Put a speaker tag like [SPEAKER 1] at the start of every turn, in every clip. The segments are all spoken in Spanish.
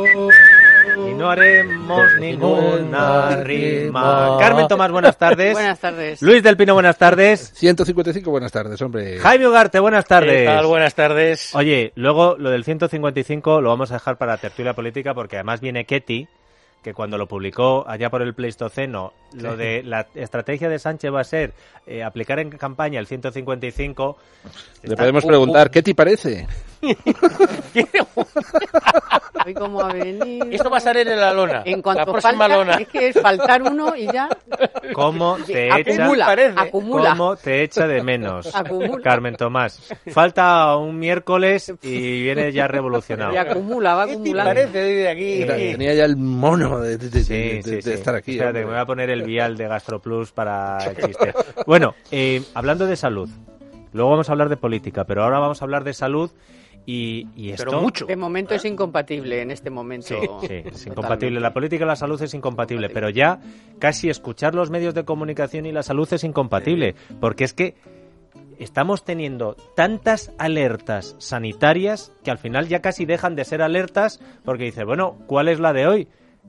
[SPEAKER 1] Y no haremos ninguna rima. Carmen Tomás, buenas tardes.
[SPEAKER 2] Buenas tardes.
[SPEAKER 1] Luis del Pino, buenas tardes.
[SPEAKER 3] 155, buenas tardes, hombre.
[SPEAKER 1] Jaime Ugarte, buenas tardes.
[SPEAKER 4] ¿Qué tal? Buenas tardes.
[SPEAKER 1] Oye, luego lo del 155 lo vamos a dejar para tertulia política porque además viene Ketty, que cuando lo publicó allá por el Pleistoceno, lo de la estrategia de Sánchez va a ser aplicar en campaña el 155.
[SPEAKER 3] Le podemos preguntar, ¿qué te parece?
[SPEAKER 2] Hoy cómo ha venido.
[SPEAKER 4] Esto va a salir en la lona.
[SPEAKER 2] En cuanto
[SPEAKER 4] la próxima
[SPEAKER 2] falta,
[SPEAKER 4] lona.
[SPEAKER 2] es que es faltar uno y ya.
[SPEAKER 1] ¿Cómo te
[SPEAKER 2] Acumula.
[SPEAKER 1] ¿Cómo te echa de menos?
[SPEAKER 2] Acumula.
[SPEAKER 1] Carmen Tomás. Falta un miércoles y viene ya revolucionado.
[SPEAKER 2] Y acumula, va
[SPEAKER 4] ¿Qué te
[SPEAKER 2] acumulando.
[SPEAKER 4] parece de aquí?
[SPEAKER 3] Tenía ya el mono de
[SPEAKER 1] Sí.
[SPEAKER 3] estar aquí.
[SPEAKER 1] Espérate, me voy a poner el vial de GastroPlus para el chiste. Bueno, hablando de salud, luego vamos a hablar de política, pero ahora vamos a hablar de salud y esto...
[SPEAKER 4] Pero mucho.
[SPEAKER 2] De momento es incompatible en este momento.
[SPEAKER 1] Sí, es incompatible. La política y la salud es incompatible, pero ya casi escuchar los medios de comunicación y la salud es incompatible, porque es que estamos teniendo tantas alertas sanitarias que al final ya casi dejan de ser alertas porque dice, bueno, ¿cuál es la de hoy?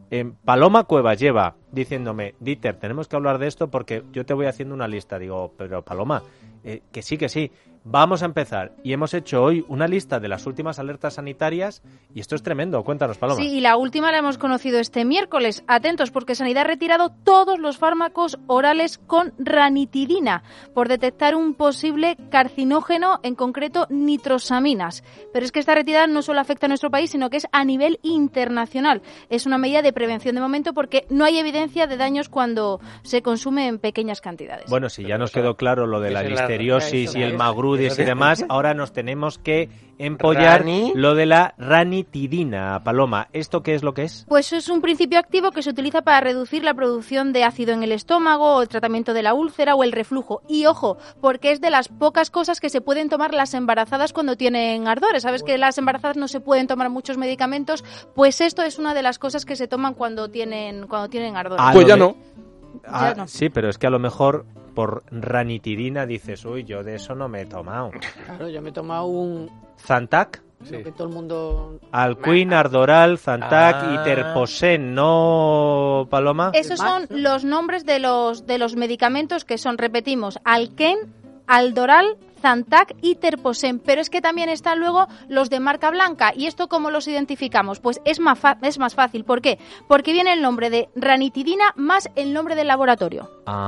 [SPEAKER 1] Paloma Cuevas lleva diciéndome, Dieter, tenemos que hablar de esto porque yo te voy haciendo una lista. Digo, pero Paloma, que sí, vamos a empezar. Y hemos hecho hoy una lista de las últimas alertas sanitarias y esto es tremendo. Cuéntanos, Paloma.
[SPEAKER 5] Sí, y la última la hemos conocido este miércoles. Atentos, porque Sanidad ha retirado todos los fármacos orales con ranitidina por detectar un posible carcinógeno, en concreto nitrosaminas. Pero es que esta retirada no solo afecta a nuestro país, sino que es a nivel internacional. Es una medida de prevención de momento porque no hay evidencia de daños cuando se consume en pequeñas cantidades.
[SPEAKER 1] Bueno, si ya nos quedó claro lo de la listeriosis y el magrudis y demás, ahora nos tenemos que empollar lo de la ranitidina, Paloma. ¿Esto qué es lo que es?
[SPEAKER 5] Pues es un principio activo que se utiliza para reducir la producción de ácido en el estómago, o el tratamiento de la úlcera o el reflujo. Y ojo, porque es de las pocas cosas que se pueden tomar las embarazadas cuando tienen ardores. ¿Sabes que las embarazadas no se pueden tomar muchos medicamentos? Pues esto es una de las cosas que se toman cuando tienen ardores.
[SPEAKER 3] Pues ya no.
[SPEAKER 5] Ya no.
[SPEAKER 1] Sí, pero es que a lo mejor por ranitidina dices, uy, yo de eso no me he tomado.
[SPEAKER 2] Claro, yo me he tomado un...
[SPEAKER 1] Zantac,
[SPEAKER 2] Lo que todo el mundo...
[SPEAKER 1] Alquin, Ardoral, Zantac y Terposen, ¿no, Paloma?
[SPEAKER 5] Esos son los nombres de los medicamentos que son, repetimos, Alken, Aldoral, Zantac y Terposen, pero es que también están luego los de marca blanca. ¿Y esto cómo los identificamos? Pues es más fácil. ¿Por qué? Porque viene el nombre de ranitidina más el nombre del laboratorio.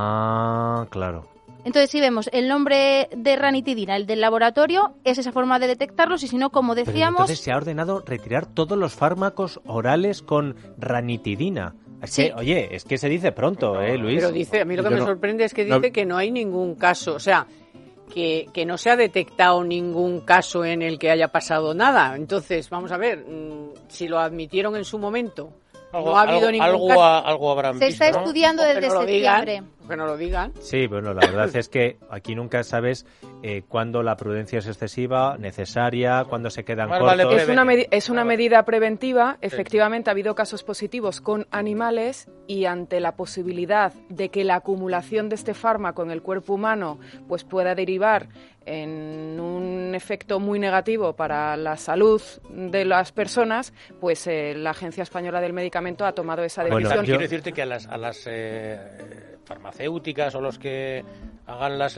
[SPEAKER 1] Ah, claro.
[SPEAKER 5] Entonces, si vemos el nombre de ranitidina, el del laboratorio, es esa forma de detectarlos y si no, como
[SPEAKER 1] Pero
[SPEAKER 5] decíamos...
[SPEAKER 1] entonces se ha ordenado retirar todos los fármacos orales con ranitidina.
[SPEAKER 5] Sí.
[SPEAKER 1] Oye, es que se dice pronto, Luis.
[SPEAKER 2] Pero dice, a mí lo que me sorprende es que dice que no hay ningún caso, o sea... Que no se ha detectado ningún caso en el que haya pasado nada. Entonces, vamos a ver, si lo admitieron en su momento, no ha habido ningún caso.
[SPEAKER 4] Algo habrán
[SPEAKER 5] Se
[SPEAKER 4] visto,
[SPEAKER 5] está
[SPEAKER 4] ¿no?
[SPEAKER 5] estudiando desde septiembre.
[SPEAKER 2] Que no lo digan.
[SPEAKER 1] Sí, bueno, la verdad es que aquí nunca sabes cuándo la prudencia es excesiva, necesaria, cuándo se quedan
[SPEAKER 4] Más
[SPEAKER 1] cortos.
[SPEAKER 4] vale
[SPEAKER 6] Es una medida preventiva. Efectivamente, ha habido casos positivos con animales y ante la posibilidad de que la acumulación de este fármaco en el cuerpo humano pues pueda derivar en un efecto muy negativo para la salud de las personas, pues la Agencia Española del Medicamento ha tomado esa decisión.
[SPEAKER 1] Bueno,
[SPEAKER 4] Quiero decirte que a las farmacéuticas o los que hagan las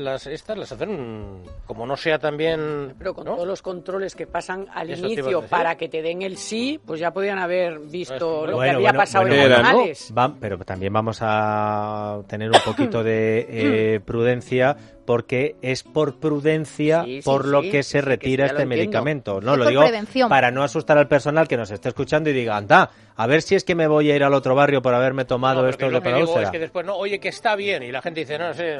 [SPEAKER 4] hacen como no sea también,
[SPEAKER 2] Pero con
[SPEAKER 4] ¿no?
[SPEAKER 2] todos los controles que pasan al
[SPEAKER 4] Eso te iba a
[SPEAKER 2] inicio
[SPEAKER 4] decir.
[SPEAKER 2] para que te den el sí, pues ya podían haber visto
[SPEAKER 4] Bueno,
[SPEAKER 2] lo que había pasado en
[SPEAKER 3] bueno,
[SPEAKER 2] animales.
[SPEAKER 1] Pero también vamos a tener un poquito de prudencia porque es por prudencia
[SPEAKER 2] Sí,
[SPEAKER 1] por lo
[SPEAKER 2] sí,
[SPEAKER 1] que se
[SPEAKER 2] sí,
[SPEAKER 1] retira
[SPEAKER 2] que ya lo
[SPEAKER 1] este
[SPEAKER 2] entiendo.
[SPEAKER 1] medicamento. No
[SPEAKER 5] Es
[SPEAKER 1] lo
[SPEAKER 5] por
[SPEAKER 1] digo
[SPEAKER 5] prevención.
[SPEAKER 1] para no asustar al personal que nos esté escuchando y diga, anda, a ver si es que me voy a ir al otro barrio por haberme tomado
[SPEAKER 4] No,
[SPEAKER 1] esto
[SPEAKER 4] porque
[SPEAKER 1] de
[SPEAKER 4] lo que
[SPEAKER 1] para
[SPEAKER 4] digo
[SPEAKER 1] úlcera.
[SPEAKER 4] es que después, no, oye, que está bien, y la gente dice, no sé,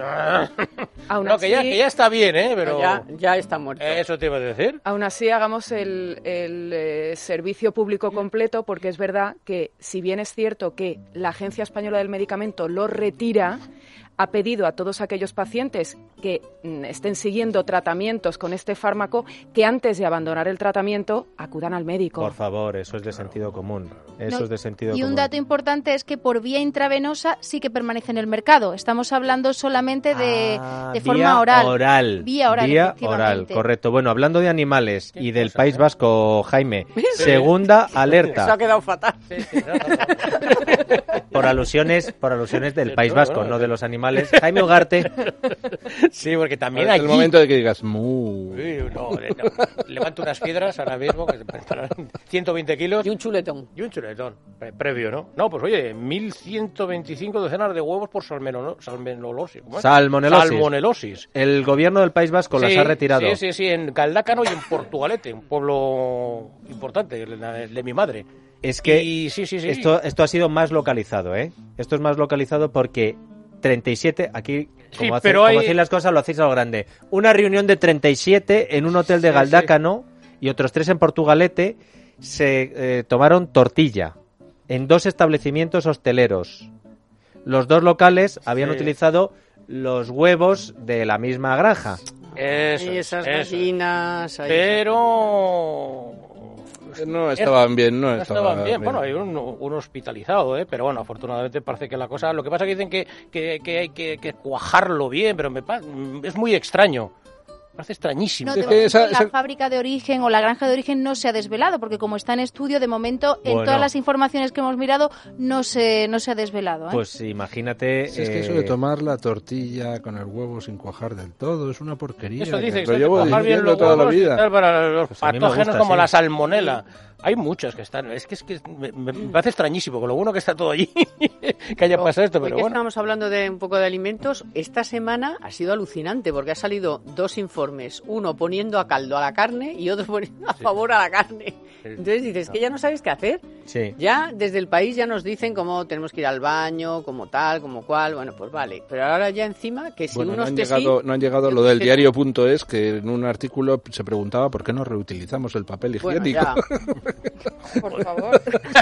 [SPEAKER 6] Aún
[SPEAKER 4] no, que ya está bien, pero...
[SPEAKER 2] Ya está muerto.
[SPEAKER 4] Eso te iba a decir.
[SPEAKER 6] Aún así, hagamos el servicio público completo, porque es verdad que, si bien es cierto que la Agencia Española del Medicamento lo retira, ha pedido a todos aquellos pacientes que estén siguiendo tratamientos con este fármaco que antes de abandonar el tratamiento acudan al médico.
[SPEAKER 1] Por favor, eso es de sentido común. Eso es de sentido común.
[SPEAKER 5] Y un dato importante es que por vía intravenosa sí que permanece en el mercado. Estamos hablando solamente de forma oral. Vía oral,
[SPEAKER 1] correcto. Bueno, hablando de animales y del País Vasco, Jaime, segunda alerta.
[SPEAKER 2] Eso ha quedado fatal.
[SPEAKER 1] Por alusiones del País Vasco, no de los animales. Jaime Ugarte.
[SPEAKER 4] Sí, porque también
[SPEAKER 3] es
[SPEAKER 4] allí...
[SPEAKER 3] el momento de que digas mu.
[SPEAKER 4] No, levanto unas piedras ahora mismo, que para 120 kilos.
[SPEAKER 2] Y un chuletón.
[SPEAKER 4] Previo, ¿no? No, pues oye, 1.125 docenas de huevos por salmonelosis. ¿Cómo es?
[SPEAKER 1] Salmonelosis. El gobierno del País Vasco las ha retirado.
[SPEAKER 4] Sí, en Galdácano y en Portugalete, un pueblo importante, de mi madre.
[SPEAKER 1] Es que
[SPEAKER 4] sí.
[SPEAKER 1] Esto ha sido más localizado, ¿eh? Esto es más localizado porque 37, aquí, como hacéis las cosas, lo hacéis a lo grande. Una reunión de 37 en un hotel de Galdácano y otros 3 en Portugalete se tomaron tortilla en 2 establecimientos hosteleros. Los 2 locales habían utilizado los huevos de la misma granja.
[SPEAKER 2] Esas gallinas.
[SPEAKER 4] Pero...
[SPEAKER 3] No estaban bien, no estaban bien.
[SPEAKER 4] Bueno, hay un hospitalizado, pero bueno, afortunadamente parece que la cosa... Lo que pasa es que dicen que hay que cuajarlo bien, pero es muy extraño. Parece extrañísimo.
[SPEAKER 5] No, la fábrica de origen o la granja de origen no se ha desvelado, porque como está en estudio, de momento, en todas las informaciones que hemos mirado, no se ha desvelado.
[SPEAKER 1] Pues imagínate...
[SPEAKER 3] Si es que eso de tomar la tortilla con el huevo sin cuajar del todo es una porquería.
[SPEAKER 4] Eso dice que
[SPEAKER 3] lo llevo diciendo
[SPEAKER 4] toda
[SPEAKER 3] la vida.
[SPEAKER 4] Para los patógenos como la salmonela. Hay muchos que están... Es que me parece extrañísimo, con lo bueno que está todo allí, que haya pasado esto, pero bueno.
[SPEAKER 2] Estamos hablando de un poco de alimentos. Esta semana ha sido alucinante, porque ha salido 2 informes. Uno poniendo a caldo a la carne y otro poniendo a favor a la carne. Entonces dices, que ya no sabes qué hacer.
[SPEAKER 1] Sí.
[SPEAKER 2] Ya desde el país ya nos dicen cómo tenemos que ir al baño, como tal, como cual. Bueno, pues vale. Pero ahora ya encima, que si uno esté
[SPEAKER 3] no han llegado a lo del diario.es, que en un artículo se preguntaba por qué no reutilizamos el papel higiénico.
[SPEAKER 6] Por favor.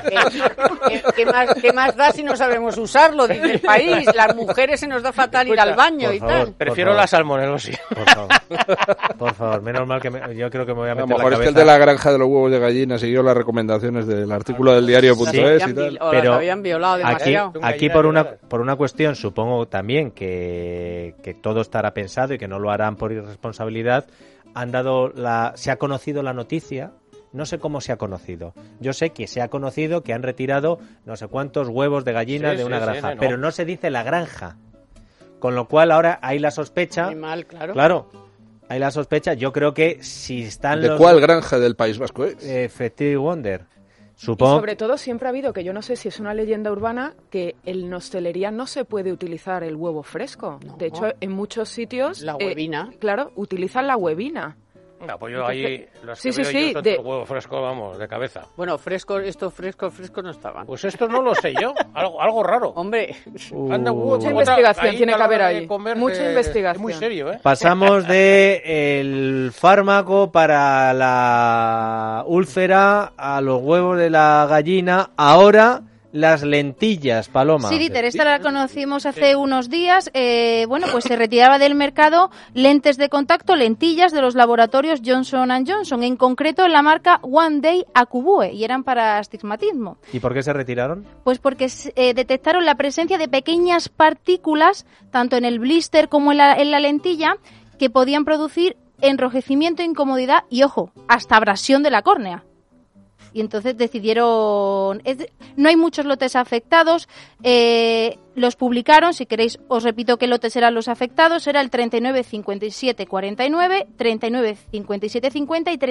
[SPEAKER 2] ¿Qué más da si no sabemos usarlo? Dice el país. Las mujeres se nos da fatal ir al baño y tal.
[SPEAKER 4] Prefiero la salmonelosis.
[SPEAKER 1] Por favor, menos mal que yo creo que me voy a meter
[SPEAKER 3] la cabeza. A lo mejor es que el de la granja de los huevos de gallina siguió las recomendaciones del artículo del diario.es y tal.
[SPEAKER 2] Pero habían violado demasiado.
[SPEAKER 1] Aquí por una cuestión, supongo también que todo estará pensado y que no lo harán por irresponsabilidad, se ha conocido la noticia. No sé cómo se ha conocido. Yo sé que se ha conocido que han retirado no sé cuántos huevos de gallina de una granja, pero no se dice la granja. Con lo cual ahora hay la sospecha.
[SPEAKER 2] Muy mal, claro.
[SPEAKER 1] Claro, hay la sospecha. Yo creo que si están
[SPEAKER 3] ¿De cuál granja del País Vasco es?
[SPEAKER 1] Effective Wonder. Supongo.
[SPEAKER 6] Y sobre todo siempre ha habido, que yo no sé si es una leyenda urbana, que en hostelería no se puede utilizar el huevo fresco. No. De hecho, en muchos sitios...
[SPEAKER 2] La huevina.
[SPEAKER 6] Claro, utilizan la huevina.
[SPEAKER 4] No, pues yo ahí los que veo yo son huevo fresco, vamos, de cabeza.
[SPEAKER 2] Bueno, fresco no estaban.
[SPEAKER 4] Pues esto no lo sé yo, algo raro.
[SPEAKER 2] Hombre,
[SPEAKER 6] mucha investigación tiene que haber ahí. Mucha investigación.
[SPEAKER 4] Es muy serio, ¿eh?
[SPEAKER 1] Pasamos de el fármaco para la úlcera a los huevos de la gallina, ahora las lentillas, Paloma.
[SPEAKER 5] Sí, Dieter, esta la conocimos hace unos días. Pues se retiraba del mercado lentes de contacto, lentillas de los laboratorios Johnson & Johnson, en concreto en la marca One Day Acubue, y eran para astigmatismo.
[SPEAKER 1] ¿Y por qué se retiraron?
[SPEAKER 5] Pues porque detectaron la presencia de pequeñas partículas, tanto en el blister como en la lentilla, que podían producir enrojecimiento, incomodidad y, ojo, hasta abrasión de la córnea. Y entonces decidieron... No hay muchos lotes afectados, los publicaron, si queréis os repito qué lotes eran los afectados, era el 395749, 395750 y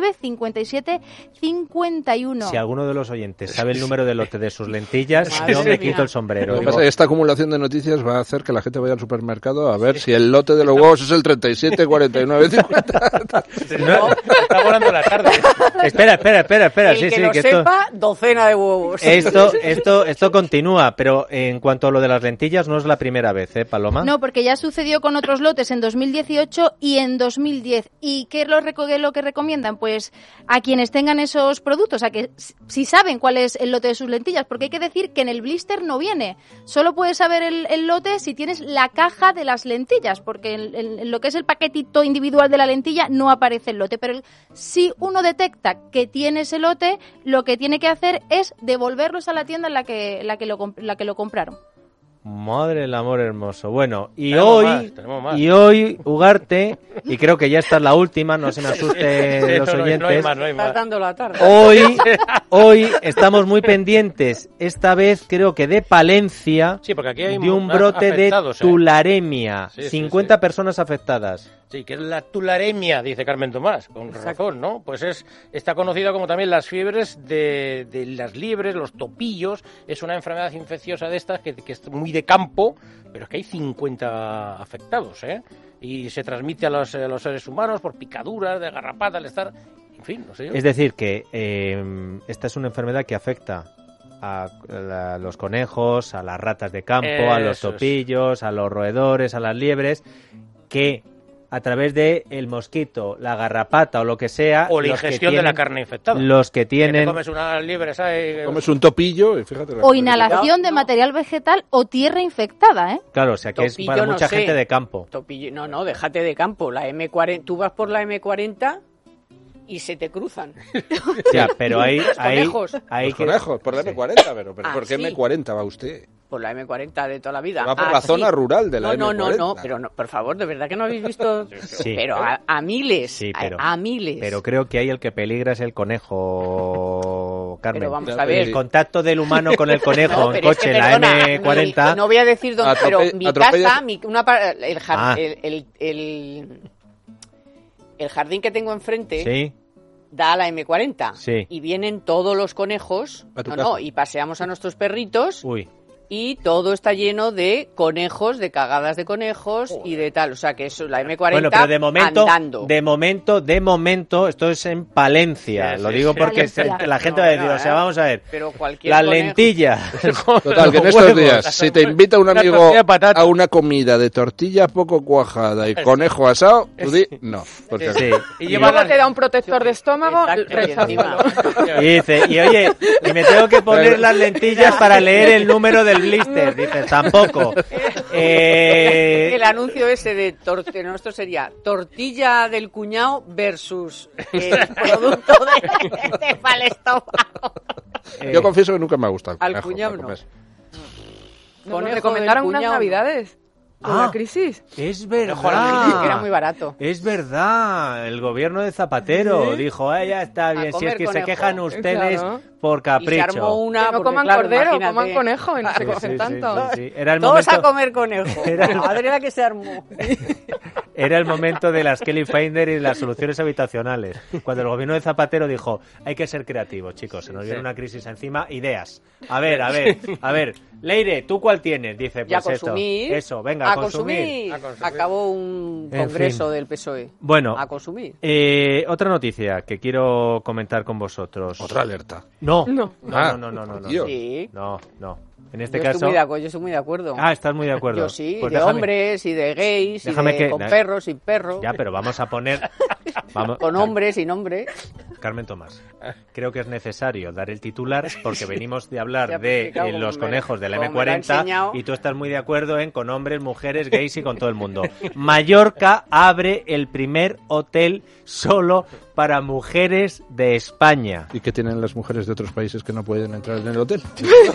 [SPEAKER 5] 395751.
[SPEAKER 1] Si alguno de los oyentes sabe el número de lote de sus lentillas, yo me quito el sombrero.
[SPEAKER 3] Lo que pasa es que esta acumulación de noticias va a hacer que la gente vaya al supermercado a ver si el lote de los huevos es el 374950.
[SPEAKER 4] No, está volando la tarde.
[SPEAKER 1] Espera.
[SPEAKER 2] El que lo sepa, docena de huevos.
[SPEAKER 1] Esto continúa, pero en cuanto lo de las lentillas no es la primera vez, Paloma?
[SPEAKER 5] No, porque ya sucedió con otros lotes en 2018 y en 2010. ¿Y qué es lo que recomiendan? Pues a quienes tengan esos productos, a que si saben cuál es el lote de sus lentillas, porque hay que decir que en el blister no viene. Solo puedes saber el lote si tienes la caja de las lentillas, porque en lo que es el paquetito individual de la lentilla no aparece el lote. Pero si uno detecta que tiene ese lote, lo que tiene que hacer es devolverlos a la tienda en la que lo compraron.
[SPEAKER 1] Madre del amor hermoso. Bueno,
[SPEAKER 4] tenemos más.
[SPEAKER 1] Hoy, Ugarte, y creo que ya esta es la última, no se me asusten los oyentes.
[SPEAKER 4] No hay más.
[SPEAKER 2] Estás dando la tarde.
[SPEAKER 1] Hoy estamos muy pendientes, esta vez creo que de Palencia,
[SPEAKER 4] Sí, porque aquí hay
[SPEAKER 1] de un brote de tularemia.
[SPEAKER 4] Sí,
[SPEAKER 1] 50 personas afectadas.
[SPEAKER 4] Sí, que es la tularemia, dice Carmen Tomás, con razón, ¿no? Pues está conocida como también las fiebres de las liebres, los topillos. Es una enfermedad infecciosa de estas que es muy de campo, pero es que hay 50 afectados, ¿eh? Y se transmite a los seres humanos por picaduras, de garrapatas, al estar... En fin, no sé yo.
[SPEAKER 1] Es decir, que esta es una enfermedad que afecta a los conejos, a las ratas de campo, a los topillos, a los roedores, a las liebres, que a través de el mosquito, la garrapata o lo que sea...
[SPEAKER 4] O la ingestión de la carne infectada.
[SPEAKER 1] Los que tienen...
[SPEAKER 4] Que te comes una liebre, ¿sabes?
[SPEAKER 3] Comes un topillo y fíjate...
[SPEAKER 5] O inhalación de material vegetal o tierra infectada, ¿eh?
[SPEAKER 1] Claro, o sea que
[SPEAKER 2] Topillo,
[SPEAKER 1] es para mucha
[SPEAKER 2] no sé.
[SPEAKER 1] gente de campo.
[SPEAKER 2] Topillo, no, déjate de campo. La M40, tú vas por la M40 y se te cruzan.
[SPEAKER 1] Ya, pero ahí...
[SPEAKER 2] Los conejos.
[SPEAKER 1] Ahí
[SPEAKER 3] Conejos, por la M40, pero ¿por qué
[SPEAKER 2] sí.
[SPEAKER 3] M40 va usted?
[SPEAKER 2] Por la M40 de toda la vida.
[SPEAKER 3] Va por la zona rural de la
[SPEAKER 2] no,
[SPEAKER 3] M40.
[SPEAKER 2] No, pero no, por favor, de verdad que no habéis visto...
[SPEAKER 1] Sí.
[SPEAKER 2] Pero a miles,
[SPEAKER 1] Sí,
[SPEAKER 2] a miles.
[SPEAKER 1] Pero creo que ahí el que peligra es el conejo, Carmen.
[SPEAKER 2] Pero vamos a ver.
[SPEAKER 1] El contacto del humano con el conejo
[SPEAKER 2] No,
[SPEAKER 1] en
[SPEAKER 2] pero es
[SPEAKER 1] coche,
[SPEAKER 2] que,
[SPEAKER 1] la
[SPEAKER 2] perdona,
[SPEAKER 1] M40...
[SPEAKER 2] no voy a decir dónde, pero mi casa,
[SPEAKER 1] Ah.
[SPEAKER 2] el jardín que tengo enfrente...
[SPEAKER 1] Sí,
[SPEAKER 2] da a la M40
[SPEAKER 1] Sí.
[SPEAKER 2] y vienen todos los conejos,
[SPEAKER 3] A tu casa.
[SPEAKER 2] y paseamos a nuestros perritos
[SPEAKER 1] uy.
[SPEAKER 2] y todo está lleno de conejos, de cagadas de conejos y de tal, o sea que eso, la M40
[SPEAKER 1] Bueno, pero de momento, esto es en Palencia,
[SPEAKER 4] Sí,
[SPEAKER 1] lo
[SPEAKER 4] sí,
[SPEAKER 1] digo
[SPEAKER 4] sí.
[SPEAKER 1] porque
[SPEAKER 5] Palencia.
[SPEAKER 1] la gente va a decir,
[SPEAKER 2] No,
[SPEAKER 1] o sea, vamos a ver,
[SPEAKER 2] pero cualquier
[SPEAKER 1] las
[SPEAKER 2] conejo-
[SPEAKER 1] lentillas,
[SPEAKER 3] Total, que en
[SPEAKER 1] los
[SPEAKER 3] estos
[SPEAKER 1] huevos,
[SPEAKER 3] días, si te invita un
[SPEAKER 4] Una
[SPEAKER 3] amigo
[SPEAKER 4] tortilla de patata.
[SPEAKER 3] a una comida de tortilla poco cuajada y conejo asado, tú di no. Porque
[SPEAKER 1] Sí.
[SPEAKER 4] Y
[SPEAKER 6] Y
[SPEAKER 4] lleva
[SPEAKER 6] luego te da un protector de estómago,
[SPEAKER 2] Exacto, y
[SPEAKER 6] rezándolo.
[SPEAKER 2] encima-
[SPEAKER 1] Y dice, y oye, y me tengo que poner las lentillas para leer el número del blister. Dices, tampoco.
[SPEAKER 2] El anuncio ese de nuestro sería tortilla del cuñado versus el producto de para el estómago.
[SPEAKER 3] yo confieso que nunca me ha gustado. el
[SPEAKER 2] Al
[SPEAKER 3] conejo,
[SPEAKER 2] cuñado
[SPEAKER 3] para
[SPEAKER 2] no.
[SPEAKER 3] comer.
[SPEAKER 6] Nos
[SPEAKER 2] Conejo
[SPEAKER 6] recomendaron
[SPEAKER 2] del
[SPEAKER 6] unas
[SPEAKER 2] cuñado.
[SPEAKER 6] navidades con
[SPEAKER 1] Ah.
[SPEAKER 6] la crisis.
[SPEAKER 1] Es
[SPEAKER 2] Que
[SPEAKER 1] verdad.
[SPEAKER 2] era muy barato.
[SPEAKER 1] Es verdad. El gobierno de Zapatero dijo, ya está bien, si es
[SPEAKER 2] comer
[SPEAKER 1] que se
[SPEAKER 2] conejo.
[SPEAKER 1] quejan ustedes
[SPEAKER 6] Claro.
[SPEAKER 1] por
[SPEAKER 2] Y se
[SPEAKER 1] capricho.
[SPEAKER 2] armó una
[SPEAKER 6] Que no
[SPEAKER 2] porque,
[SPEAKER 6] coman
[SPEAKER 2] claro,
[SPEAKER 6] cordero,
[SPEAKER 2] imagínate,
[SPEAKER 6] coman conejo y no se
[SPEAKER 1] Sí,
[SPEAKER 6] cogen
[SPEAKER 1] sí,
[SPEAKER 6] tanto.
[SPEAKER 1] sí. Era el
[SPEAKER 2] todos
[SPEAKER 1] momento,
[SPEAKER 2] a comer conejo.
[SPEAKER 1] Era-
[SPEAKER 2] Madre la que se armó.
[SPEAKER 1] era el momento de las Kelly Finder y las soluciones habitacionales. Cuando el gobierno de Zapatero dijo, hay que ser creativos, chicos, se nos viene una crisis encima, ideas. A ver. Leire, ¿tú cuál tienes? Dice,
[SPEAKER 2] Y a
[SPEAKER 1] pues esto.
[SPEAKER 2] consumir.
[SPEAKER 1] Eso, venga,
[SPEAKER 2] a consumir.
[SPEAKER 4] A consumir.
[SPEAKER 2] Acabó un
[SPEAKER 1] En
[SPEAKER 2] congreso
[SPEAKER 1] fin.
[SPEAKER 2] del PSOE.
[SPEAKER 1] Bueno,
[SPEAKER 2] A consumir.
[SPEAKER 1] otra noticia que quiero comentar con vosotros.
[SPEAKER 3] Otra alerta.
[SPEAKER 1] No.
[SPEAKER 6] No.
[SPEAKER 1] No.
[SPEAKER 3] Tío.
[SPEAKER 2] Sí.
[SPEAKER 1] No. En este
[SPEAKER 2] Yo
[SPEAKER 1] caso...
[SPEAKER 2] estoy muy de acuerdo.
[SPEAKER 1] Ah, estás muy de acuerdo.
[SPEAKER 2] Yo sí,
[SPEAKER 1] Pues
[SPEAKER 2] de
[SPEAKER 1] déjame-
[SPEAKER 2] hombres y de gays,
[SPEAKER 1] déjame que-
[SPEAKER 2] con perros, sin perros,
[SPEAKER 1] Ya, pero vamos a poner... Vamos,
[SPEAKER 2] con hombres, sin hombre.
[SPEAKER 1] Carmen Tomás, creo que es necesario dar el titular porque venimos de hablar
[SPEAKER 2] Ya,
[SPEAKER 1] de
[SPEAKER 2] pues, claro,
[SPEAKER 1] los
[SPEAKER 2] como
[SPEAKER 1] conejos de la
[SPEAKER 2] como me lo ha
[SPEAKER 1] M40
[SPEAKER 2] enseñado.
[SPEAKER 1] y tú estás muy de acuerdo en con hombres, mujeres, gays y con todo el mundo. Mallorca abre el primer hotel solo para mujeres de España.
[SPEAKER 3] ¿Y qué tienen las mujeres de otros países que no pueden entrar en el hotel?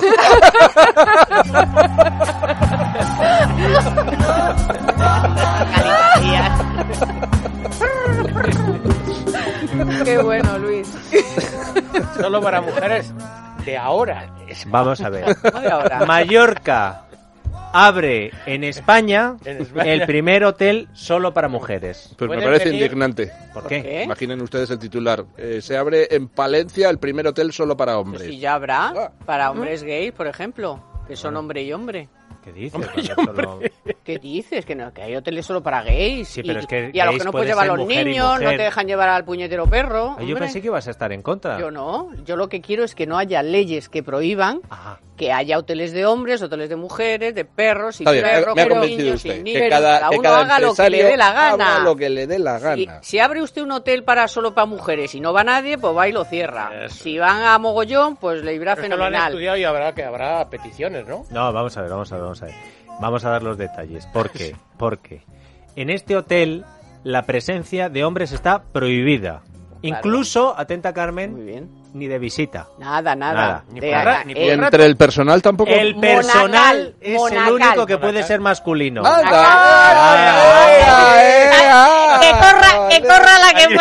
[SPEAKER 6] Qué bueno, Luis.
[SPEAKER 4] Solo para mujeres de ahora.
[SPEAKER 1] Vamos a ver.
[SPEAKER 2] No de ahora.
[SPEAKER 1] Mallorca abre en España
[SPEAKER 4] En España.
[SPEAKER 1] el primer hotel solo para mujeres.
[SPEAKER 3] Pues me
[SPEAKER 4] Pueden
[SPEAKER 3] parece
[SPEAKER 4] venir-
[SPEAKER 3] indignante.
[SPEAKER 1] ¿Por qué?
[SPEAKER 2] ¿Qué?
[SPEAKER 3] Imaginen ustedes el titular. Se abre en Palencia el primer hotel solo para
[SPEAKER 2] Pues
[SPEAKER 3] hombres.
[SPEAKER 2] si ya habrá para hombres gays, por ejemplo, que son hombre y hombre.
[SPEAKER 1] ¿Qué dices? Solo-
[SPEAKER 2] ¿Qué dices? Que no, que hay hoteles solo para gays.
[SPEAKER 1] Sí, pero es que
[SPEAKER 2] y a los
[SPEAKER 1] gays
[SPEAKER 2] que no
[SPEAKER 1] puede
[SPEAKER 2] puedes llevar a
[SPEAKER 1] ser
[SPEAKER 2] los
[SPEAKER 1] mujer y
[SPEAKER 2] niños, no
[SPEAKER 1] mujer.
[SPEAKER 2] te dejan llevar al puñetero perro.
[SPEAKER 1] Ay, yo
[SPEAKER 2] hombre.
[SPEAKER 1] pensé que ibas a estar en contra.
[SPEAKER 2] Yo no. Yo lo que quiero es que no haya leyes que prohíban
[SPEAKER 1] Ajá.
[SPEAKER 2] que haya hoteles de hombres, hoteles de mujeres, de perros, sin
[SPEAKER 3] Está bien,
[SPEAKER 2] perros,
[SPEAKER 3] me ha
[SPEAKER 2] con
[SPEAKER 3] convencido
[SPEAKER 2] niños,
[SPEAKER 3] usted,
[SPEAKER 2] sin
[SPEAKER 3] que
[SPEAKER 2] niños,
[SPEAKER 3] cada
[SPEAKER 2] uno haga lo que le dé la gana.
[SPEAKER 3] haga lo que le dé la gana.
[SPEAKER 2] Si abre usted un hotel solo para mujeres y no va nadie, pues va y lo cierra.
[SPEAKER 4] Eso.
[SPEAKER 2] Si van a mogollón, pues le irá
[SPEAKER 4] Esto lo han
[SPEAKER 2] fenomenal.
[SPEAKER 4] estudiado y habrá peticiones, ¿no?
[SPEAKER 1] No, vamos a ver. Vamos a dar los detalles. ¿Por qué? Porque en este hotel la presencia de hombres está prohibida. Incluso, atenta Carmen,
[SPEAKER 2] Muy bien.
[SPEAKER 1] ni de visita.
[SPEAKER 2] Nada.
[SPEAKER 4] Ni
[SPEAKER 2] De-
[SPEAKER 4] para-
[SPEAKER 2] eh,
[SPEAKER 4] ni
[SPEAKER 3] Y entre el personal tampoco.
[SPEAKER 1] El personal
[SPEAKER 2] Monacal,
[SPEAKER 1] es
[SPEAKER 2] monacal.
[SPEAKER 1] el único que puede
[SPEAKER 4] Monacal.
[SPEAKER 1] ser masculino.
[SPEAKER 2] Que corra la que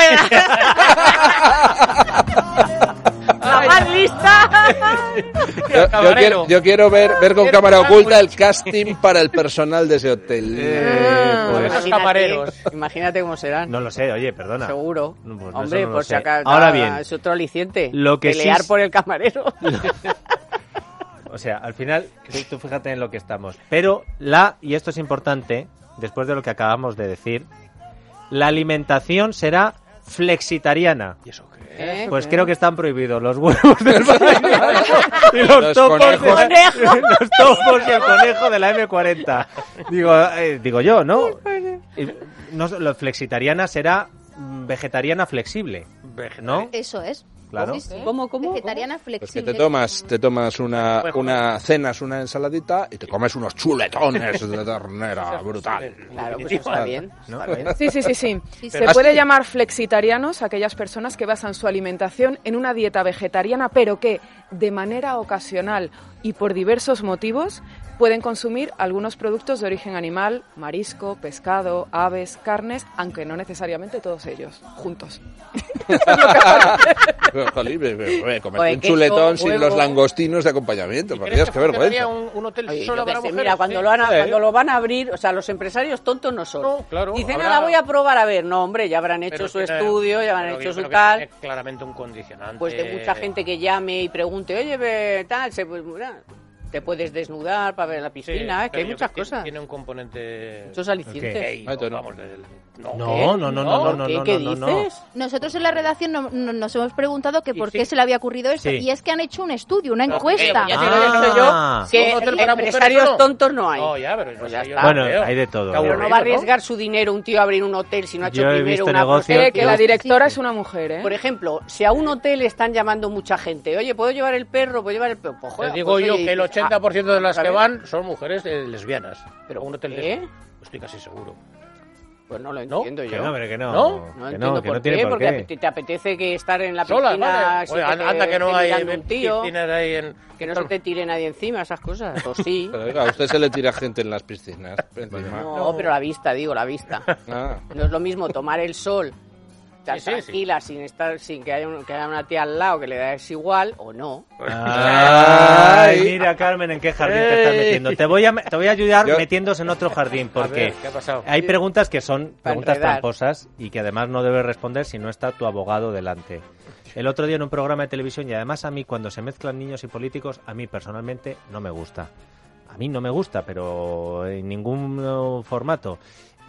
[SPEAKER 2] pueda. La más lista.
[SPEAKER 3] Yo quiero ver con cámara oculta el casting para el personal de ese hotel.
[SPEAKER 1] Pues,
[SPEAKER 4] Esos camareros.
[SPEAKER 2] Imagínate cómo serán.
[SPEAKER 1] no lo sé, oye, perdona.
[SPEAKER 2] Seguro.
[SPEAKER 1] No, pues no,
[SPEAKER 2] Hombre,
[SPEAKER 1] eso no lo
[SPEAKER 2] por si
[SPEAKER 1] sé.
[SPEAKER 2] acaso.
[SPEAKER 1] Ahora bien,
[SPEAKER 2] Es otro aliciente.
[SPEAKER 1] lo que sí
[SPEAKER 2] Pelear
[SPEAKER 1] es-
[SPEAKER 2] por el camarero.
[SPEAKER 1] O sea, al final, tú fíjate en lo que estamos. Pero y esto es importante, después de lo que acabamos de decir, la alimentación será flexitariana.
[SPEAKER 4] ¿Y eso qué?
[SPEAKER 2] ¿Eh?
[SPEAKER 1] Pues creo que están prohibidos los huevos del baño y los
[SPEAKER 3] Los
[SPEAKER 1] topos,
[SPEAKER 3] conejos.
[SPEAKER 1] los topos y el conejo de la M40. Digo yo, ¿no? Lo flexitariana será vegetariana flexible, ¿no?
[SPEAKER 5] Eso es.
[SPEAKER 1] Claro.
[SPEAKER 5] Sí, sí.
[SPEAKER 2] ¿Cómo?
[SPEAKER 5] Vegetariana
[SPEAKER 3] Pues que
[SPEAKER 5] flexible.
[SPEAKER 3] te tomas una cenas, una ensaladita y te comes unos chuletones de ternera, brutal.
[SPEAKER 2] Claro, pues está bien.
[SPEAKER 1] ¿No?
[SPEAKER 2] Está bien.
[SPEAKER 6] Sí.
[SPEAKER 5] Sí,
[SPEAKER 6] Se puede llamar flexitarianos a aquellas personas que basan su alimentación en una dieta vegetariana, pero que de manera ocasional y por diversos motivos pueden consumir algunos productos de origen animal, marisco, pescado, aves, carnes, aunque no necesariamente todos ellos, juntos.
[SPEAKER 3] Comerte
[SPEAKER 2] Oye,
[SPEAKER 3] un
[SPEAKER 2] queso,
[SPEAKER 3] chuletón sin
[SPEAKER 2] huevo.
[SPEAKER 3] los langostinos de acompañamiento. Por Dios, qué vergüenza.
[SPEAKER 4] Un hotel
[SPEAKER 2] Oye,
[SPEAKER 4] solo
[SPEAKER 2] yo qué
[SPEAKER 4] para
[SPEAKER 2] sé,
[SPEAKER 4] mujeres?
[SPEAKER 2] mira, cuando,
[SPEAKER 4] Sí.
[SPEAKER 2] cuando lo van a abrir, o sea, los empresarios tontos no son.
[SPEAKER 4] No, claro,
[SPEAKER 2] Dicen,
[SPEAKER 4] habrá-
[SPEAKER 2] la voy a probar, a ver. No, hombre, ya habrán hecho
[SPEAKER 4] Pero
[SPEAKER 2] su
[SPEAKER 4] tiene-
[SPEAKER 2] estudio, ya habrán
[SPEAKER 4] pero
[SPEAKER 2] hecho
[SPEAKER 4] yo
[SPEAKER 2] su
[SPEAKER 4] creo que
[SPEAKER 2] tal.
[SPEAKER 4] tiene claramente un condicionante.
[SPEAKER 2] Pues de mucha gente que llame y pregunte, oye, tal, pues, mira, te puedes desnudar para ver la
[SPEAKER 4] Sí,
[SPEAKER 2] piscina, que
[SPEAKER 4] pero
[SPEAKER 2] hay
[SPEAKER 4] yo
[SPEAKER 2] muchas
[SPEAKER 4] creo que
[SPEAKER 2] cosas.
[SPEAKER 4] Tiene un componente...
[SPEAKER 2] Muchos alicientes.
[SPEAKER 4] gay,
[SPEAKER 3] Ah, entonces no.
[SPEAKER 4] vamos,
[SPEAKER 1] No,
[SPEAKER 2] ¿Qué
[SPEAKER 1] no.
[SPEAKER 2] dices?
[SPEAKER 5] Nosotros en la redacción nos hemos preguntado que
[SPEAKER 4] Y
[SPEAKER 5] por
[SPEAKER 4] sí.
[SPEAKER 5] qué se le había ocurrido esto.
[SPEAKER 1] Sí.
[SPEAKER 5] Y es que han hecho un estudio, una
[SPEAKER 4] No,
[SPEAKER 5] encuesta.
[SPEAKER 2] Ya te lo he dicho yo, que
[SPEAKER 4] ¿Un hotel para
[SPEAKER 2] empresarios
[SPEAKER 4] mujeres o no?
[SPEAKER 2] tontos no hay.
[SPEAKER 4] No, ya, pero
[SPEAKER 2] Pues
[SPEAKER 4] no
[SPEAKER 2] ya
[SPEAKER 4] sé, yo
[SPEAKER 2] está.
[SPEAKER 4] no
[SPEAKER 1] Bueno,
[SPEAKER 4] creo.
[SPEAKER 1] hay de todo.
[SPEAKER 4] Qué
[SPEAKER 2] Pero no
[SPEAKER 4] aburrido,
[SPEAKER 2] va a arriesgar su dinero un tío a abrir un hotel si no ha hecho
[SPEAKER 1] Yo he
[SPEAKER 2] primero
[SPEAKER 1] visto
[SPEAKER 2] una
[SPEAKER 1] negocios
[SPEAKER 6] Que la
[SPEAKER 1] Dios.
[SPEAKER 6] directora es una mujer, ¿eh?
[SPEAKER 2] Por ejemplo, si a un hotel están llamando mucha gente, oye, ¿puedo llevar el perro? ¿Puedo llevar el perro? Pues,
[SPEAKER 4] Te
[SPEAKER 2] joder,
[SPEAKER 4] digo
[SPEAKER 2] pues,
[SPEAKER 4] yo
[SPEAKER 2] oye,
[SPEAKER 4] que el
[SPEAKER 2] dices,
[SPEAKER 4] 80% de las que
[SPEAKER 2] ¿sabes?
[SPEAKER 4] van son mujeres lesbianas. Pero un hotel
[SPEAKER 2] ¿qué?
[SPEAKER 4] de... Estoy casi seguro.
[SPEAKER 2] Pues no lo
[SPEAKER 4] ¿No?
[SPEAKER 2] entiendo
[SPEAKER 1] Que
[SPEAKER 2] yo.
[SPEAKER 1] no, hombre, que no.
[SPEAKER 4] ¿No?
[SPEAKER 2] No
[SPEAKER 1] que
[SPEAKER 2] entiendo
[SPEAKER 1] que
[SPEAKER 2] por
[SPEAKER 1] no tiene
[SPEAKER 2] qué,
[SPEAKER 1] por
[SPEAKER 2] porque
[SPEAKER 1] qué.
[SPEAKER 2] te apetece que estar en la
[SPEAKER 4] Sola,
[SPEAKER 2] piscina,
[SPEAKER 4] vale.
[SPEAKER 2] se
[SPEAKER 4] Oye,
[SPEAKER 2] te
[SPEAKER 4] anda que no
[SPEAKER 2] esté
[SPEAKER 4] hay
[SPEAKER 2] mirando un tío,
[SPEAKER 4] piscinas ahí en...
[SPEAKER 2] que no se te tire nadie encima, esas cosas. O sí.
[SPEAKER 3] Pero oiga, a usted se le tira gente en las piscinas. encima.
[SPEAKER 2] No, pero la vista, digo, la vista.
[SPEAKER 3] Ah.
[SPEAKER 2] No es lo mismo tomar el sol tan
[SPEAKER 4] Sí, sí,
[SPEAKER 2] tranquila, sin que haya una tía al lado que le da es igual, o no.
[SPEAKER 1] Ay, mira, Carmen, en qué jardín te estás metiendo. Te voy a ayudar
[SPEAKER 3] Yo-
[SPEAKER 1] metiéndose en otro jardín,
[SPEAKER 4] A
[SPEAKER 1] porque
[SPEAKER 4] ver, ¿qué ha pasado?
[SPEAKER 1] hay preguntas que son
[SPEAKER 2] Para
[SPEAKER 1] preguntas
[SPEAKER 2] enredar.
[SPEAKER 1] tramposas y que además no debes responder si no está tu abogado delante. El otro día en un programa de televisión, y además a mí cuando se mezclan niños y políticos, a mí personalmente no me gusta. A mí no me gusta, pero en ningún formato.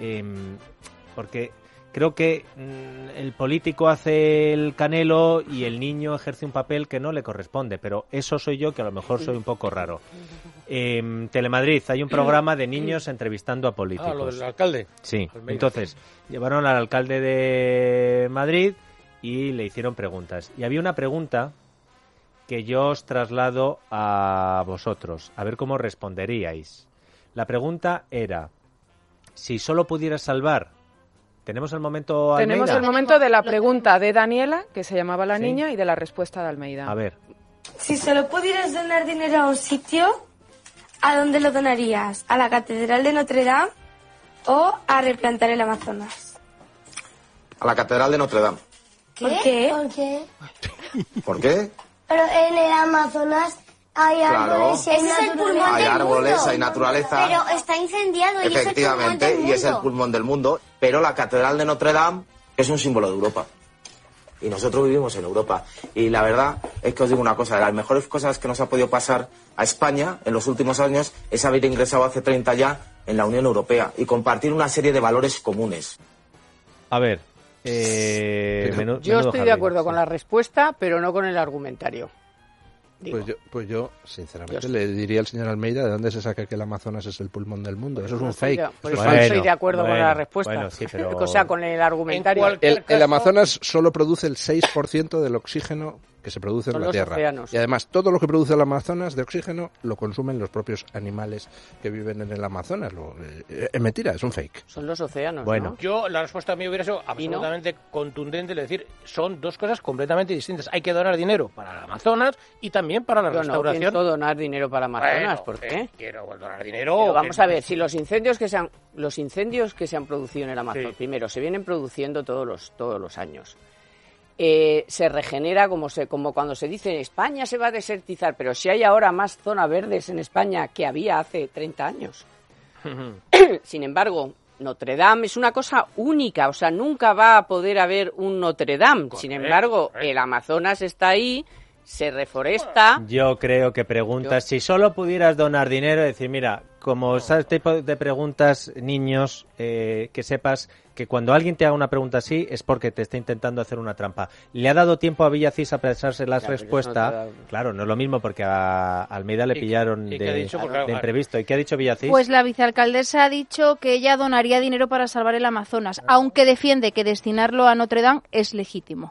[SPEAKER 1] Porque creo que el político hace el canelo y el niño ejerce un papel que no le corresponde, pero eso soy yo, que a lo mejor soy un poco raro. Telemadrid, hay un programa de niños entrevistando a políticos.
[SPEAKER 4] Ah, lo del alcalde.
[SPEAKER 1] Sí,
[SPEAKER 4] Almeida.
[SPEAKER 1] entonces llevaron al alcalde de Madrid y le hicieron preguntas. Y había una pregunta que yo os traslado a vosotros, a ver cómo responderíais. La pregunta era, si solo pudieras salvar... ¿Tenemos el momento, Almeida?
[SPEAKER 6] Tenemos el momento de la pregunta de Daniela, que se llamaba la
[SPEAKER 1] Sí.
[SPEAKER 6] niña, y de la respuesta de Almeida.
[SPEAKER 1] A ver,
[SPEAKER 7] Si solo pudieras donar dinero a un sitio, ¿a dónde lo donarías? ¿A la Catedral de Notre Dame o a replantar el Amazonas?
[SPEAKER 8] A la Catedral de Notre Dame.
[SPEAKER 7] ¿Por qué?
[SPEAKER 9] ¿Por qué?
[SPEAKER 8] ¿Por qué?
[SPEAKER 9] Pero en el Amazonas hay
[SPEAKER 8] Claro.
[SPEAKER 9] árboles, hay
[SPEAKER 7] Ese es el pulmón
[SPEAKER 9] naturaleza.
[SPEAKER 8] Hay
[SPEAKER 7] del
[SPEAKER 8] árboles,
[SPEAKER 7] mundo.
[SPEAKER 8] hay naturaleza.
[SPEAKER 9] Pero está incendiado y es el pulmón
[SPEAKER 8] Efectivamente,
[SPEAKER 9] del
[SPEAKER 8] y es el
[SPEAKER 9] mundo.
[SPEAKER 8] pulmón del mundo. Pero la Catedral de Notre Dame es un símbolo de Europa. Y nosotros vivimos en Europa. Y la verdad es que os digo una cosa, de las mejores cosas que nos ha podido pasar a España en los últimos años es haber ingresado hace 30 ya en la Unión Europea y compartir una serie de valores comunes.
[SPEAKER 1] a ver.
[SPEAKER 2] Yo
[SPEAKER 1] menudo
[SPEAKER 2] estoy de
[SPEAKER 1] jardín,
[SPEAKER 2] acuerdo
[SPEAKER 1] sí.
[SPEAKER 2] con la respuesta, pero no con el argumentario.
[SPEAKER 3] Pues yo, sinceramente, le diría al señor Almeida de dónde se saca que el Amazonas es el pulmón del mundo. Eso es un fake.
[SPEAKER 2] Por eso estoy de acuerdo con la respuesta.
[SPEAKER 1] Bueno, sí, pero...
[SPEAKER 2] O sea, con el argumentario.
[SPEAKER 3] El Amazonas solo produce el 6% del oxígeno que se produce en la Tierra.
[SPEAKER 2] Océanos.
[SPEAKER 3] Y además, todo lo que produce el Amazonas de oxígeno lo consumen los propios animales que viven en el Amazonas. Es mentira, es un fake.
[SPEAKER 2] Son los océanos,
[SPEAKER 1] bueno.
[SPEAKER 2] ¿no?
[SPEAKER 4] Yo, la respuesta mía hubiera sido absolutamente contundente, es decir, son dos cosas completamente distintas. Hay que donar dinero para el Amazonas y también para la restauración.
[SPEAKER 2] No pienso donar dinero para Amazonas, ¿por qué?
[SPEAKER 4] Quiero donar dinero.
[SPEAKER 2] Pero vamos a ver, si los incendios que se han producido en el Amazonas, primero, se vienen produciendo todos los años. Se regenera como cuando se dice España se va a desertizar, pero si hay ahora más zonas verdes en España que había hace 30 años. Sin embargo, Notre Dame es una cosa única, o sea, nunca va a poder haber un Notre Dame. Sin embargo, el Amazonas está ahí, se reforesta.
[SPEAKER 1] Yo creo que preguntas, si solo pudieras donar dinero, decir, mira, como este tipo de preguntas, niños, que sepas que cuando alguien te haga una pregunta así es porque te está intentando hacer una trampa. Le ha dado tiempo a Villacís a pensarse la respuesta. Claro, no es lo mismo porque a Almeida le pillaron de imprevisto. ¿Y qué ha dicho Villacís?
[SPEAKER 5] Pues la vicealcaldesa ha dicho que ella donaría dinero para salvar el Amazonas, aunque defiende que destinarlo a Notre Dame es legítimo.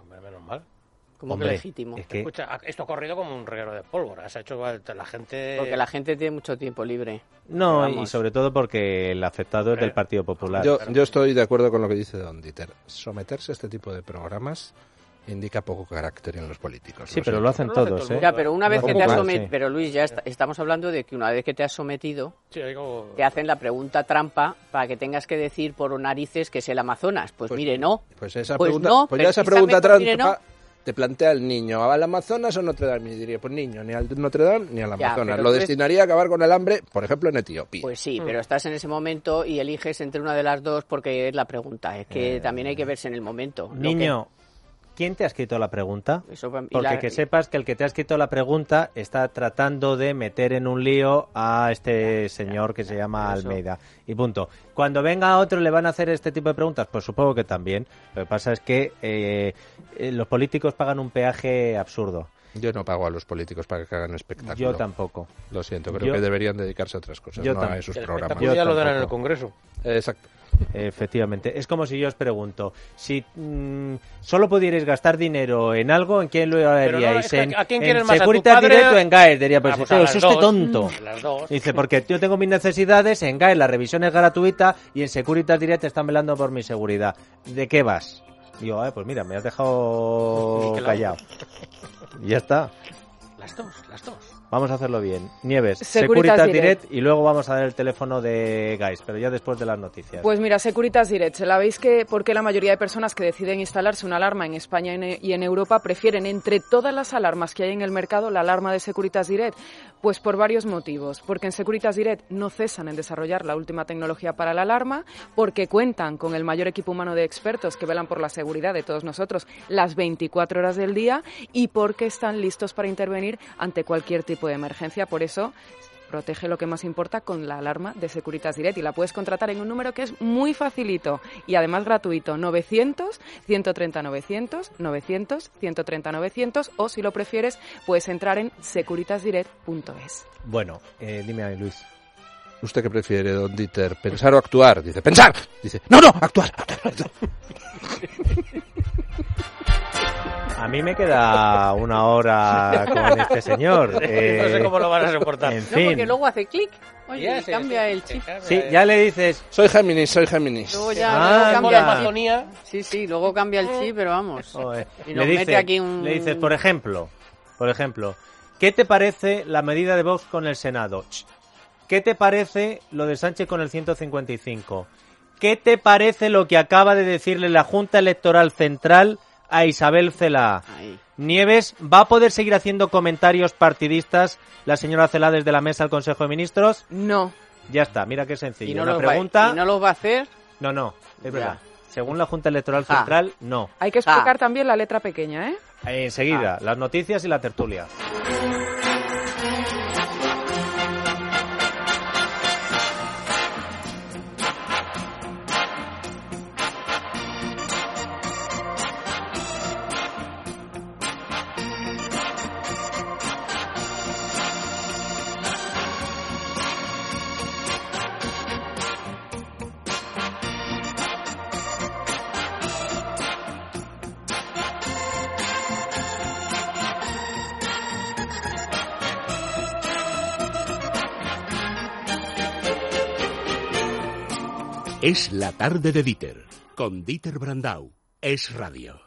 [SPEAKER 2] Como que legítimo.
[SPEAKER 1] Es que...
[SPEAKER 4] Escucha, esto ha corrido como un reguero de pólvora. Se ha hecho la gente...
[SPEAKER 2] Porque la gente tiene mucho tiempo libre.
[SPEAKER 1] No, y sobre todo porque el afectado es del Partido Popular.
[SPEAKER 3] Yo estoy de acuerdo con lo que dice don Dieter. Someterse a este tipo de programas indica poco carácter en los políticos.
[SPEAKER 1] Sí, pero lo hacen todos, ¿eh?
[SPEAKER 2] Ya, pero una vez que te has sometido... Pero Luis, ya estamos hablando de que una vez que te has sometido, te hacen la pregunta trampa para que tengas que decir por narices que es el Amazonas. Pues mire, no.
[SPEAKER 3] Pues esa pregunta trampa... Te plantea el niño, ¿al Amazonas o Notre Dame? Y diría, pues niño, ni al Notre Dame ni al Amazonas. Lo destinaría a acabar con el hambre, por ejemplo, en Etiopía.
[SPEAKER 2] Pues sí, pero estás en ese momento y eliges entre una de las dos porque es la pregunta. Es que también hay que verse en el momento.
[SPEAKER 1] Niño, ¿quién te ha escrito la pregunta? Porque que sepas que el que te ha escrito la pregunta está tratando de meter en un lío a este señor que se llama Almeida. Y punto. Cuando venga otro, ¿le van a hacer este tipo de preguntas? Pues supongo que también. Lo que pasa es que los políticos pagan un peaje absurdo.
[SPEAKER 3] Yo no pago a los políticos para que hagan espectáculo.
[SPEAKER 1] Yo tampoco.
[SPEAKER 3] Lo siento, creo que deberían dedicarse a otras cosas, no a esos programas.
[SPEAKER 4] Ya lo dan en el Congreso.
[SPEAKER 3] Exacto.
[SPEAKER 1] Efectivamente. Es como si yo os pregunto, si solo pudierais gastar dinero en algo, ¿en quién lo haríais?
[SPEAKER 4] ¿A quién
[SPEAKER 1] ¿En
[SPEAKER 4] quieres más?
[SPEAKER 1] Securitas Direct o en GAES? Diría, pues
[SPEAKER 4] pues
[SPEAKER 1] es usted tonto.
[SPEAKER 4] Las dos.
[SPEAKER 1] Dice, porque yo tengo mis necesidades, en GAES la revisión es gratuita y en Securitas Direct están velando por mi seguridad. ¿De qué vas? Digo, pues mira, me has dejado callado. Y ya está.
[SPEAKER 4] Las dos.
[SPEAKER 1] Vamos a hacerlo bien. Nieves, Securitas Direct y luego vamos a dar el teléfono de GAES, pero ya después de las noticias.
[SPEAKER 6] Pues mira, Securitas Direct, ¿sabéis por qué la mayoría de personas que deciden instalarse una alarma en España y en Europa prefieren entre todas las alarmas que hay en el mercado la alarma de Securitas Direct? Pues por varios motivos. Porque en Securitas Direct no cesan en desarrollar la última tecnología para la alarma, porque cuentan con el mayor equipo humano de expertos que velan por la seguridad de todos nosotros las 24 horas del día y porque están listos para intervenir ante cualquier tipo de emergencia. Por eso protege lo que más importa con la alarma de Securitas Direct y la puedes contratar en un número que es muy facilito y además gratuito, 900-130-900, 900-130-900 o si lo prefieres puedes entrar en securitasdirect.es.
[SPEAKER 1] Bueno, dime Luis.
[SPEAKER 3] ¿Usted qué prefiere, don Dieter? ¿Pensar o actuar? Dice, ¡pensar! Dice, ¡no, actuar!
[SPEAKER 1] A mí me queda una hora con este señor.
[SPEAKER 4] No sé cómo lo van a soportar.
[SPEAKER 1] En fin.
[SPEAKER 2] No, porque luego hace clic. Oye, cambia el chip.
[SPEAKER 1] Sí, ya le dices...
[SPEAKER 3] Soy Géminis.
[SPEAKER 2] Luego ya cambia la Amazonía. Sí, luego cambia el chip, pero vamos. Y nos mete aquí
[SPEAKER 1] le dices, por ejemplo, ¿qué te parece la medida de Vox con el Senado? ¿Qué te parece lo de Sánchez con el 155? ¿Qué te parece lo que acaba de decirle la Junta Electoral Central a Isabel Celaá? Nieves, ¿va a poder seguir haciendo comentarios partidistas la señora Celaá desde la mesa del Consejo de Ministros?
[SPEAKER 6] No.
[SPEAKER 1] Ya está, mira qué sencillo.
[SPEAKER 2] ¿Y no
[SPEAKER 1] Una pregunta...
[SPEAKER 2] ¿Y no lo va a hacer?
[SPEAKER 1] No, es verdad. Según la Junta Electoral Central, no.
[SPEAKER 6] Hay que explicar también la letra pequeña, ¿eh?
[SPEAKER 1] Enseguida, las noticias y la tertulia.
[SPEAKER 10] Es la tarde de Dieter, con Dieter Brandau. Es radio.